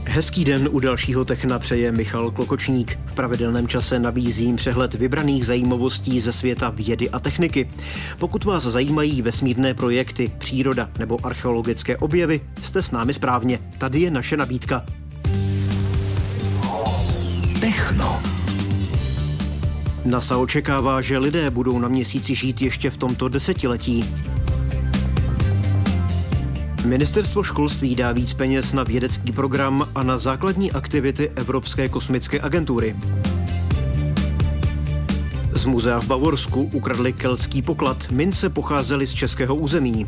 Hezký den, u dalšího Techna přeje Michal Klokočník. V pravidelném čase nabízím přehled vybraných zajímavostí ze světa vědy a techniky. Pokud vás zajímají vesmírné projekty, příroda nebo archeologické objevy, jste s námi správně. Tady je naše nabídka. Techno. NASA očekává, že lidé budou na Měsíci žít ještě v tomto desetiletí. Ministerstvo školství dá víc peněz na vědecký program a na základní aktivity Evropské kosmické agentury. Z muzea v Bavorsku ukradli keltský poklad, mince pocházely z českého území.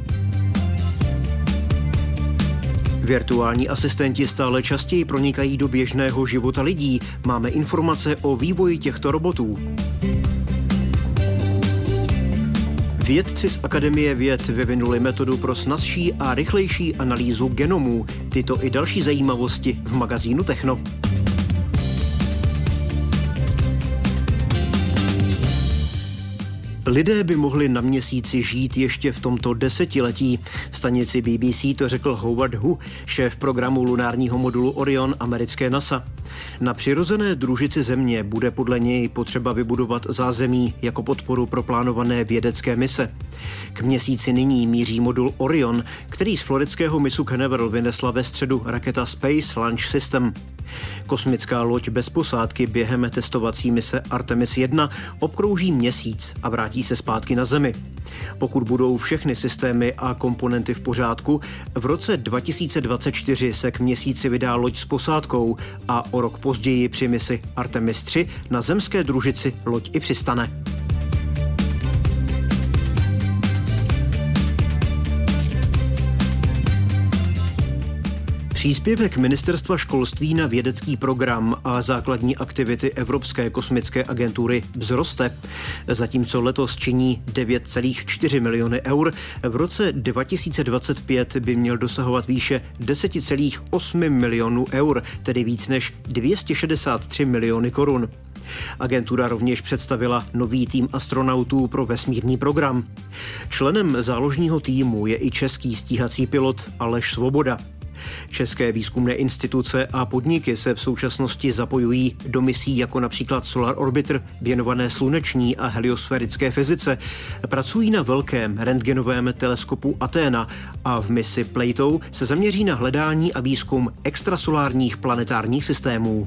Virtuální asistenti stále častěji pronikají do běžného života lidí. Máme informace o vývoji těchto robotů. Vědci z Akademie věd vyvinuli metodu pro snazší a rychlejší analýzu genomů. Tyto i další zajímavosti v magazínu Techno. Lidé by mohli na Měsíci žít ještě v tomto desetiletí. Stanici BBC to řekl Howard Hu, šéf programu lunárního modulu Orion americké NASA. Na přirozené družici Země bude podle něj potřeba vybudovat zázemí jako podporu pro plánované vědecké mise. K Měsíci nyní míří modul Orion, který z floridského mysu Canaveral vynesla ve středu raketa Space Launch System. Kosmická loď bez posádky během testovací mise Artemis 1 obkrouží Měsíc a vrátí se zpátky na Zemi. Pokud budou všechny systémy a komponenty v pořádku, v roce 2024 se k Měsíci vydá loď s posádkou a o rok později při misi Artemis 3 na zemské družici loď i přistane. Příspěvek Ministerstva školství na vědecký program a základní aktivity Evropské kosmické agentury vzroste. Zatímco letos činí 9,4 miliony eur, v roce 2025 by měl dosahovat výše 10,8 milionů eur, tedy víc než 263 miliony korun. Agentura rovněž představila nový tým astronautů pro vesmírný program. Členem záložního týmu je i český stíhací pilot Aleš Svoboda. České výzkumné instituce a podniky se v současnosti zapojují do misí jako například Solar Orbiter, věnované sluneční a heliosférické fyzice. Pracují na velkém rentgenovém teleskopu Athena a v misi Plato se zaměří na hledání a výzkum extrasolárních planetárních systémů.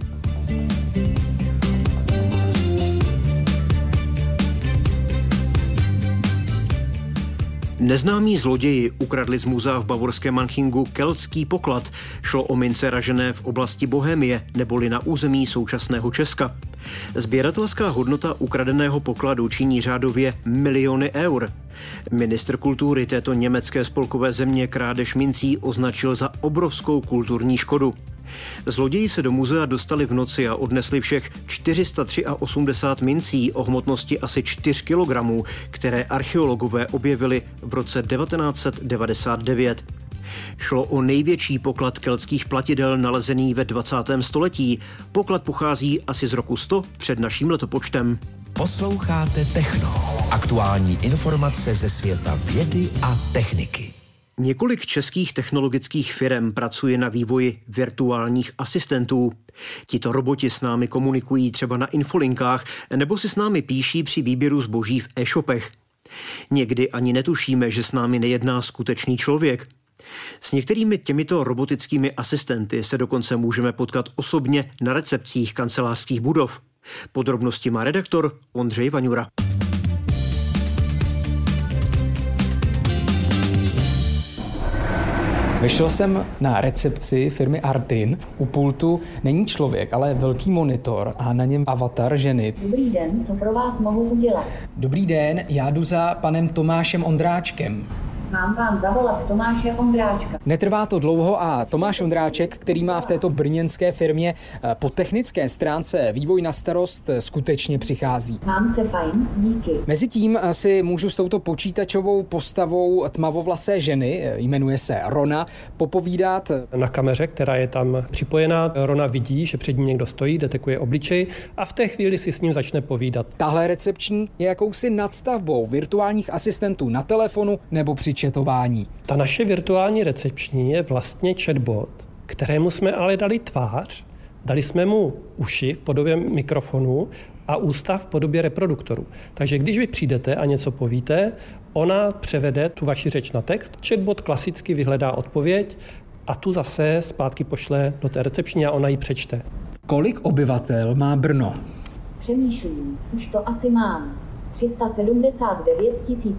Neznámí zloději ukradli z muzea v bavorském Manchingu keltský poklad. Šlo o mince ražené v oblasti Bohémie, neboli na území současného Česka. Sběratelská hodnota ukradeného pokladu činí řádově miliony eur. Ministr kultury této německé spolkové země krádež mincí označil za obrovskou kulturní škodu. Zloději se do muzea dostali v noci a odnesli všech 483 mincí o hmotnosti asi 4 kilogramů, které archeologové objevili v roce 1999. Šlo o největší poklad keltských platidel nalezený ve 20. století. Poklad pochází asi z roku 100 před naším letopočtem. Posloucháte Techno. Aktuální informace ze světa vědy a techniky. Několik českých technologických firem pracuje na vývoji virtuálních asistentů. Tito roboti s námi komunikují třeba na infolinkách nebo si s námi píší při výběru zboží v e-shopech. Někdy ani netušíme, že s námi nejedná skutečný člověk. S některými těmito robotickými asistenty se dokonce můžeme potkat osobně na recepcích kancelářských budov. Podrobnosti má redaktor Ondřej Vaňura. Vešel jsem na recepci firmy Artin. U pultu není člověk, ale velký monitor a na něm avatar ženy. Dobrý den, co pro vás mohu udělat? Dobrý den, já jdu za panem Tomášem Ondráčkem. Mám vám zavolat Tomáše Ondráčka. Netrvá to dlouho a Tomáš Ondráček, který má v této brněnské firmě po technické stránce vývoj na starost, skutečně přichází. Mám se fajn, díky. Mezitím si můžu s touto počítačovou postavou tmavovlasé ženy, jmenuje se Rona, popovídat. Na kameře, která je tam připojená, Rona vidí, že před ní někdo stojí, detekuje obličej a v té chvíli si s ním začne povídat. Tahle recepční je jakousi nadstavbou virtuálních asistentů na telefonu nebo při chatování. Ta naše virtuální recepční je vlastně chatbot, kterému jsme ale dali tvář, dali jsme mu uši v podobě mikrofonu a ústa v podobě reproduktoru. Takže když vy přijdete a něco povíte, ona převede tu vaši řeč na text, chatbot klasicky vyhledá odpověď a tu zase zpátky pošle do té recepční a ona ji přečte. Kolik obyvatel má Brno? Přemýšlím, už to asi mám. 379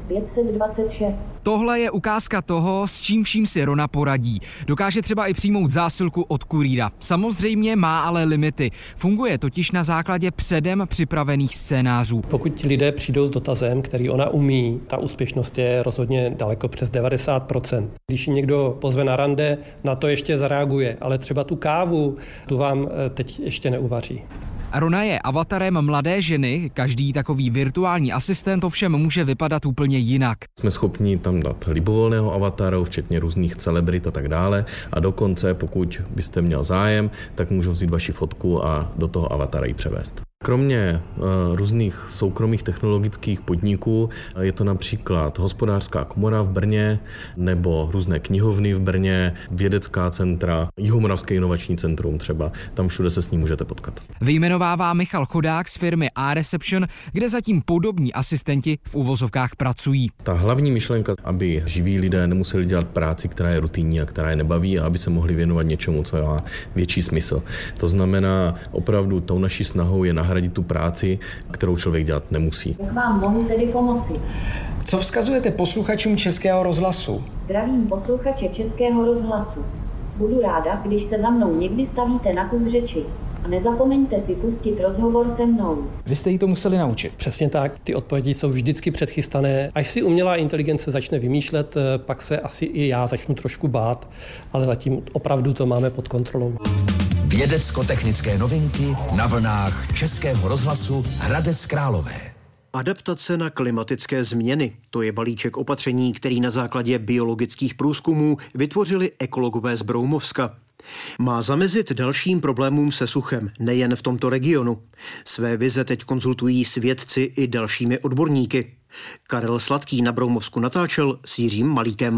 526. Tohle je ukázka toho, s čím vším si Rona poradí. Dokáže třeba i přijmout zásilku od kurýra. Samozřejmě má ale limity. Funguje totiž na základě předem připravených scénářů. Pokud ti lidé přijdou s dotazem, který ona umí, ta úspěšnost je rozhodně daleko přes 90%. Když jim někdo pozve na rande, na to ještě zareaguje, ale třeba tu kávu, tu vám teď ještě neuvaří. Rona je avatarem mladé ženy, každý takový virtuální asistent ovšem může vypadat úplně jinak. Jsme schopni tam dát libovolného avataru, včetně různých celebrit a tak dále. A dokonce, pokud byste měl zájem, tak můžu vzít vaši fotku a do toho avatara ji převést. Kromě různých soukromých technologických podniků je to například Hospodářská komora v Brně nebo různé knihovny v Brně, vědecká centra, Jihomoravské inovační centrum třeba. Tam všude se s ním můžete potkat. Vyjmenovává Michal Chodák z firmy A-Reception, kde zatím podobní asistenti v uvozovkách pracují. Ta hlavní myšlenka, aby živí lidé nemuseli dělat práci, která je rutinní a která je nebaví a aby se mohli věnovat něčemu, co má větší smysl. To znamená, opravdu tou naší snahou je nahradit tu práci, kterou člověk dělat nemusí. Jak vám mohu tedy pomoci? Co vzkazujete posluchačům Českého rozhlasu? Zdravím posluchače Českého rozhlasu. Budu ráda, když se za mnou někdy stavíte na kus řeči. A nezapomeňte si pustit rozhovor se mnou. Vy jste jí to museli naučit. Přesně tak, ty odpovědi jsou vždycky předchystané. Až si umělá inteligence začne vymýšlet, pak se asi i já začnu trošku bát, ale zatím opravdu to máme pod kontrolou. Vědecko-technické novinky na vlnách Českého rozhlasu Hradec Králové. Adaptace na klimatické změny. To je balíček opatření, který na základě biologických průzkumů vytvořili ekologové z Broumovska. Má zamezit dalším problémům se suchem, nejen v tomto regionu. Své vize teď konzultují s vědci i dalšími odborníky. Karel Sladký na Broumovsku natáčel s Jiřím Malíkem.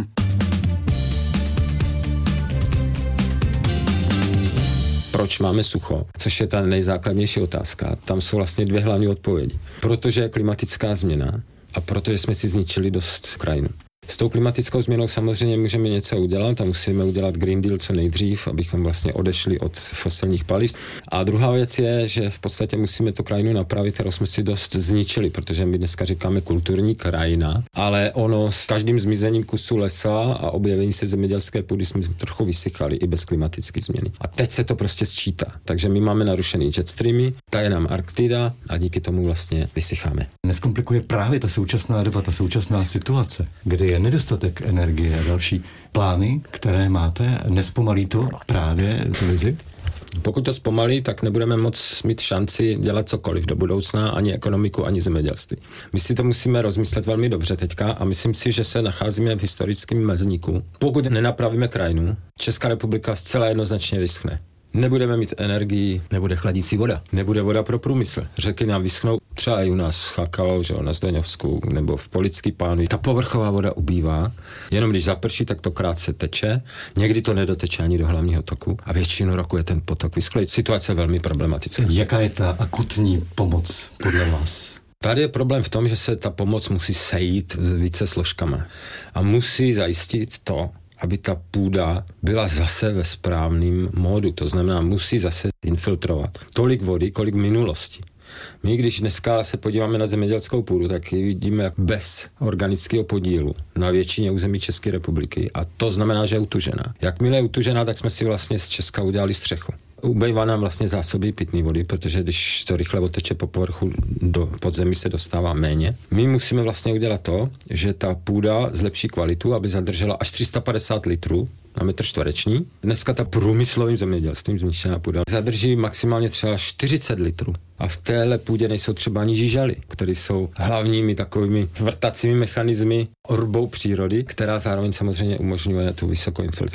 Proč máme sucho, což je ta nejzákladnější otázka. Tam jsou vlastně dvě hlavní odpovědi. Protože je klimatická změna a protože jsme si zničili dost krajinu. S tou klimatickou změnou samozřejmě můžeme něco udělat a musíme udělat Green Deal co nejdřív, abychom vlastně odešli od fosilních paliv. A druhá věc je, že v podstatě musíme tu krajinu napravit, kterou jsme si dost zničili, protože my dneska říkáme kulturní krajina, ale ono s každým zmizením kusu lesa a objevení se zemědělské půdy jsme trochu vysychali i bez klimatické změny. A teď se to prostě sčítá. Takže my máme narušený jet streamy, ta je nám Arktida a díky tomu vlastně vysycháme. Neskomplikuje právě ta současná doba, ta současná situace, kdy je nedostatek energie a další plány, které máte, nespomalí to právě tu vizi? Pokud to zpomalí, tak nebudeme moc mít šanci dělat cokoliv do budoucna, ani ekonomiku, ani zemědělství. My si to musíme rozmyslet velmi dobře teďka a myslím si, že se nacházíme v historickém mezníku. Pokud nenapravíme krajinu, Česká republika zcela jednoznačně vyschne. Nebudeme mít energii, nebude chladící voda, nebude voda pro průmysl. Řeky nám vyschnou, třeba i u nás v Chakalo, že na Zdeňovsku nebo v Polický Pánu. Ta povrchová voda ubývá, jenom když zaprší, tak to krátce teče, někdy to nedoteče ani do hlavního toku a většinu roku je ten potok vyschlý. Situace je velmi problematická. Jaká je ta akutní pomoc podle vás? Tady je problém v tom, že se ta pomoc musí sejít s více složkama a musí zajistit to, aby ta půda byla zase ve správném módu. To znamená, musí zase infiltrovat tolik vody, kolik minulosti. My, když dneska se podíváme na zemědělskou půdu, tak ji vidíme jak bez organického podílu na většině území České republiky a to znamená, že je utužená. Jakmile je utužená, tak jsme si vlastně z Česka udělali střechu. Ubejvá nám vlastně zásoby pitné vody, protože když to rychle oteče po povrchu, do podzemí se dostává méně. My musíme vlastně udělat to, že ta půda zlepší kvalitu, aby zadržela až 350 litrů na metr čtvereční. Dneska ta průmyslovým zemědělstvím zničená půda zadrží maximálně třeba 40 litrů. A v téhle půdě nejsou třeba ani žížaly, které jsou hlavními takovými vrtacími mechanismy orbou přírody, která zároveň samozřejmě umožňuje tu vysokou infiltraci.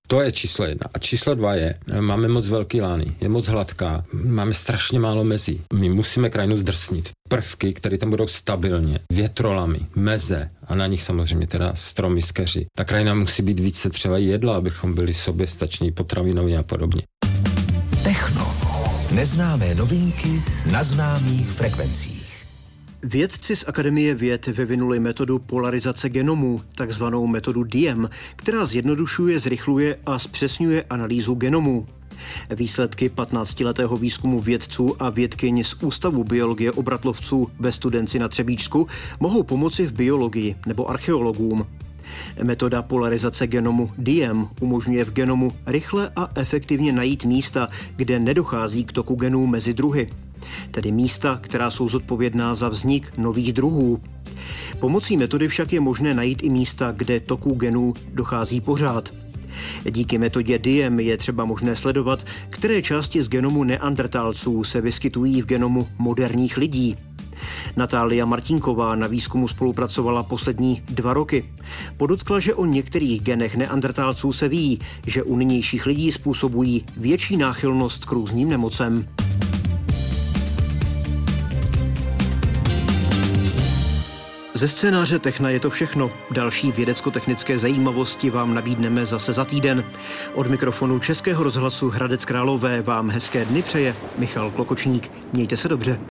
To je číslo 1. A číslo 2 je, máme moc velký lány, je moc hladká, máme strašně málo mezí. My musíme krajinu zdrsnit. Prvky, které tam budou stabilně, větrolamy, meze a na nich samozřejmě teda stromy z keři. Ta krajina musí být více třeba jedla, abychom byli soběstační potravinově a podobně. Techno. Neznámé novinky na známých frekvencích. Vědci z Akademie věd vyvinuli metodu polarizace genomů, takzvanou metodu DIEM, která zjednodušuje, zrychluje a zpřesňuje analýzu genomů. Výsledky 15letého výzkumu vědců a vědkyň z Ústavu biologie Obratlovců ve Studenci na Třebíčsku mohou pomoci v biologii nebo archeologům. Metoda polarizace genomu DIEM umožňuje v genomu rychle a efektivně najít místa, kde nedochází k toku genů mezi druhy. Tedy místa, která jsou zodpovědná za vznik nových druhů. Pomocí metody však je možné najít i místa, kde toků genů dochází pořád. Díky metodě DIEM je třeba možné sledovat, které části z genomu neandertálců se vyskytují v genomu moderních lidí. Natália Martinková na výzkumu spolupracovala poslední 2 roky. Podotkla, že o některých genech neandertálců se ví, že u nynějších lidí způsobují větší náchylnost k různým nemocem. Ze scénáře Techna je to všechno. Další vědecko-technické zajímavosti vám nabídneme zase za týden. Od mikrofonu Českého rozhlasu Hradec Králové vám hezké dny přeje Michal Klokočník. Mějte se dobře.